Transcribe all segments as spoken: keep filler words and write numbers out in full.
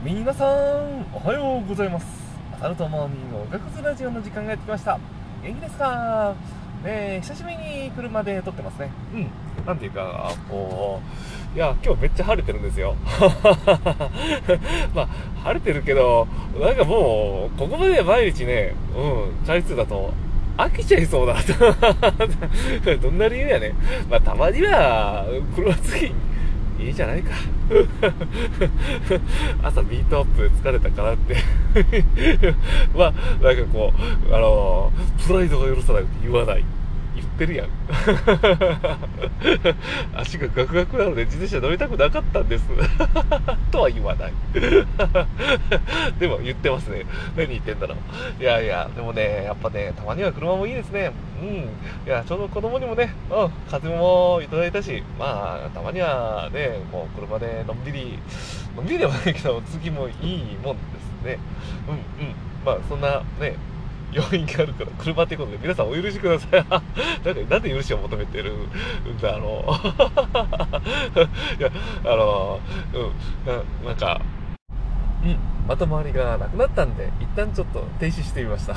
皆さんおはようございます。アダルトモーニングおかくずラジオの時間がやってきました。元気ですかね。え久しぶりに車で撮ってますね。うんなんていうかこういや今日めっちゃ晴れてるんですよ。まあ晴れてるけどなんかもうここまで毎日ねうんチャリ通だと飽きちゃいそうだ。どんな理由やね。まあたまには車好きいいじゃないか。朝ビートアップで疲れたからってまあなんかこうあのプライドが許さなくて言わない言ってるやん。足がガクガクなので自転車乗りたくなかったんですとは言わない。でも言ってますね。何言ってんだろう。いやいやでもねやっぱねたまには車もいいですね。うんいやちょうど子供にもねうん風もいただいたしまあたまにはねこう車でのんびりのんびりではないけど次もいいもんですね。うんうんまあそんなね要因があるから車ということで皆さんお許しください。なんかなんで許しを求めてるんだろう。いやあのうんななんかうんまた周りがなくなったんで一旦ちょっと停止してみました。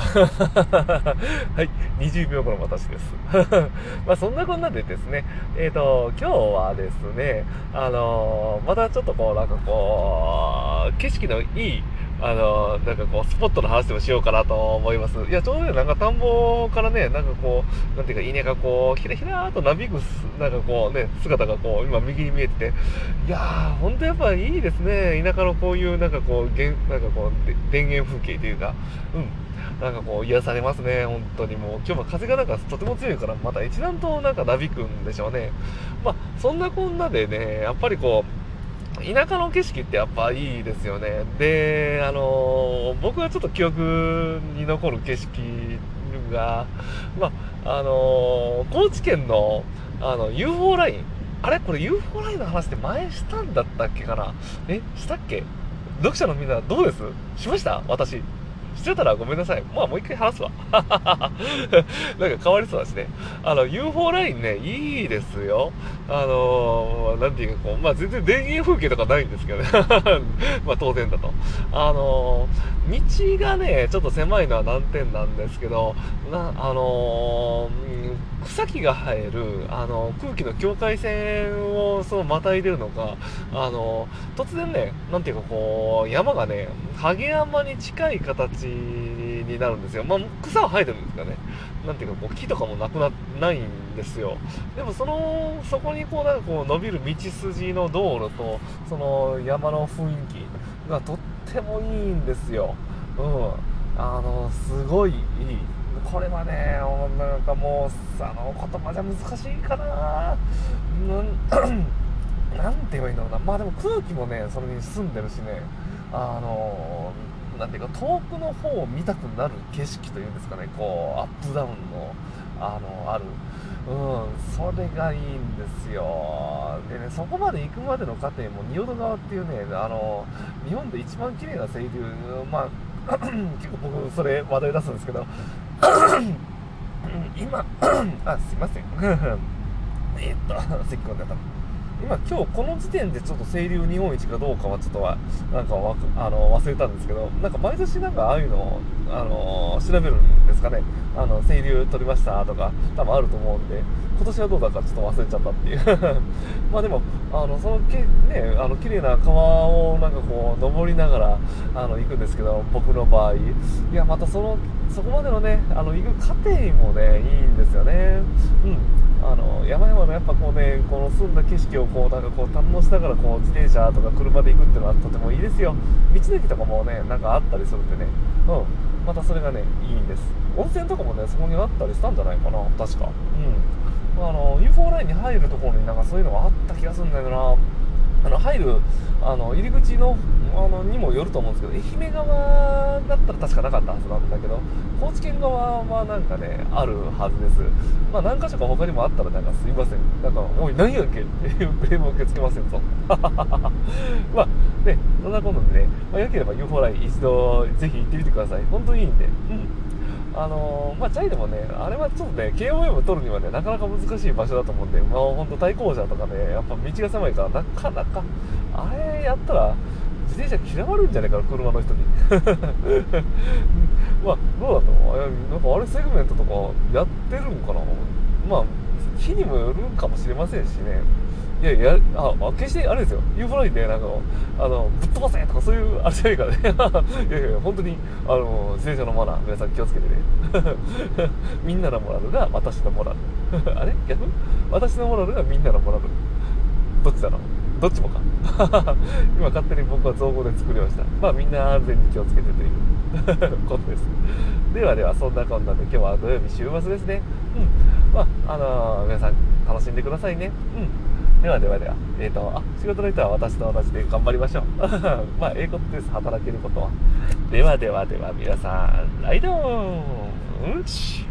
はいにじゅうびょうごの私です。まあそんなこんなでですねえっ、ー、と今日はですねあのー、またちょっとこうなんかこう景色のいいあのなんかこうスポットの話でもしようかなと思います。いやちょうどねなんか田んぼからねなんかこうなんていうか稲がこうひらひらーとなびくなんかこうね姿がこう今右に見えてていやーほんとやっぱいいですね。田舎のこういうなんかこうげんなんかこう田園風景というかうんなんかこう癒されますね。本当にもう今日も風がなんかとても強いからまた一段となんかなびくんでしょうね。まあそんなこんなでねやっぱりこう田舎の景色ってやっぱいいですよね。で、あのー、僕がちょっと記憶に残る景色が、まあ、あのー、高知県の、あの、ユーフォー ライン。あれこれ ユーフォー ラインの話って前したんだったっけかな。えしたっけ。読者のみんなどうです。しました私。してたらごめんなさい。まあもう一回話すわ。なんか変わりそうだしね。あの、ユーフォー ラインね、いいですよ。あのー、なんていうかこう、まあ全然田園風景とかないんですけどね。まあ当然だと。あのー、道がね、ちょっと狭いのは難点なんですけど、な、あのー、草木が生える、あのー、空気の境界線をそうまたいでるのか、あのー、突然ね、なんていうかこう、山がね、影山に近い形になるんですよ。まあ、草は生えてるんですかね。なんていうかこう木とかもなくなないんですよ。でもそのそこにこうなんかこう伸びる道筋の道路とその山の雰囲気がとってもいいんですよ。うん。あのすごいいい。これはねなんかもうあの言葉じゃ難しいかな。なんなんて言えばいいんだろうな。まあでも空気もねそれに澄んでるしねあのなんていうか遠くの方を見たくなる景色というんですかねこうアップダウンのあのあるうんそれがいいんですよ。でねそこまで行くまでの過程も仁淀川っていうねあの日本で一番綺麗な清流まあ結構僕それ話題出すんですけど今あすいませんえっと咳込んでた今今日この時点でちょっと清流日本一かどうかはちょっとはなんかわあの忘れたんですけどなんか毎年なんかああいうのをあの調べるんですかね。あの清流取りましたとか多分あると思うんで今年はどうだかちょっと忘れちゃったっていうまあでもあのそのけねあの綺麗な川をなんかこう登りながらあの行くんですけど僕の場合いやまたそのそこまでのねあの行く過程もねいいんですよね。うんあの山々のやっぱこうねこの澄んだ景色をこうなんかこう堪能しながらこう自転車とか車で行くっていうのはとてもいいですよ。道の駅とかもねなんかあったりするんでねうんまたそれがねいいんです。温泉とかもねそこにあったりしたんじゃないかな確かうんあの ユーフォー ラインに入るところになんかそういうのがあった気がするんだよな。あの入るあの入り口のあのにもよると思うんですけど愛媛側だったら確かなかったはずなんだけど高知県側はなんかねあるはずです。まあ何箇所か他にもあったらなんかすいませんなんかおい何やっけっていうクレームを受け付けませんとまあねそんなことでね、まあ、よければ ユーフォー ライン一度ぜひ行ってみてください。本当にいいんでうんあのー、まあチャイでもねあれはちょっとね ケーオーエム 取るにはねなかなか難しい場所だと思うんでまあ本当対向車とかねやっぱ道が狭いからなかなかあれやったら自自転車嫌われるんじゃないかな、車の人にまあどうだと思う、なんかあれセグメントとかやってるんかな。まあ日にもよるんかもしれませんしね。いやいや、あ、決してあれですよ、ユーフォラインでなんかあのぶっ飛ばせとかそういうあれじゃないからねいやいや本当にあの自転車のマナー皆さん気をつけてねみんなのモラルが私のモラルあれ逆、私のモラルがみんなのモラル、どっちだろう、どっちもか今勝手に僕は造語で作りました。まあみんな安全に気をつけてということです。ではではそんなこんなで今日は土曜日週末ですね。うん、まああのー、皆さん楽しんでくださいね。うん、ではではでは、えーとあ仕事の人は私と同じで頑張りましょうまあええことです、働けることは。ではではでは皆さんライドーン、うんち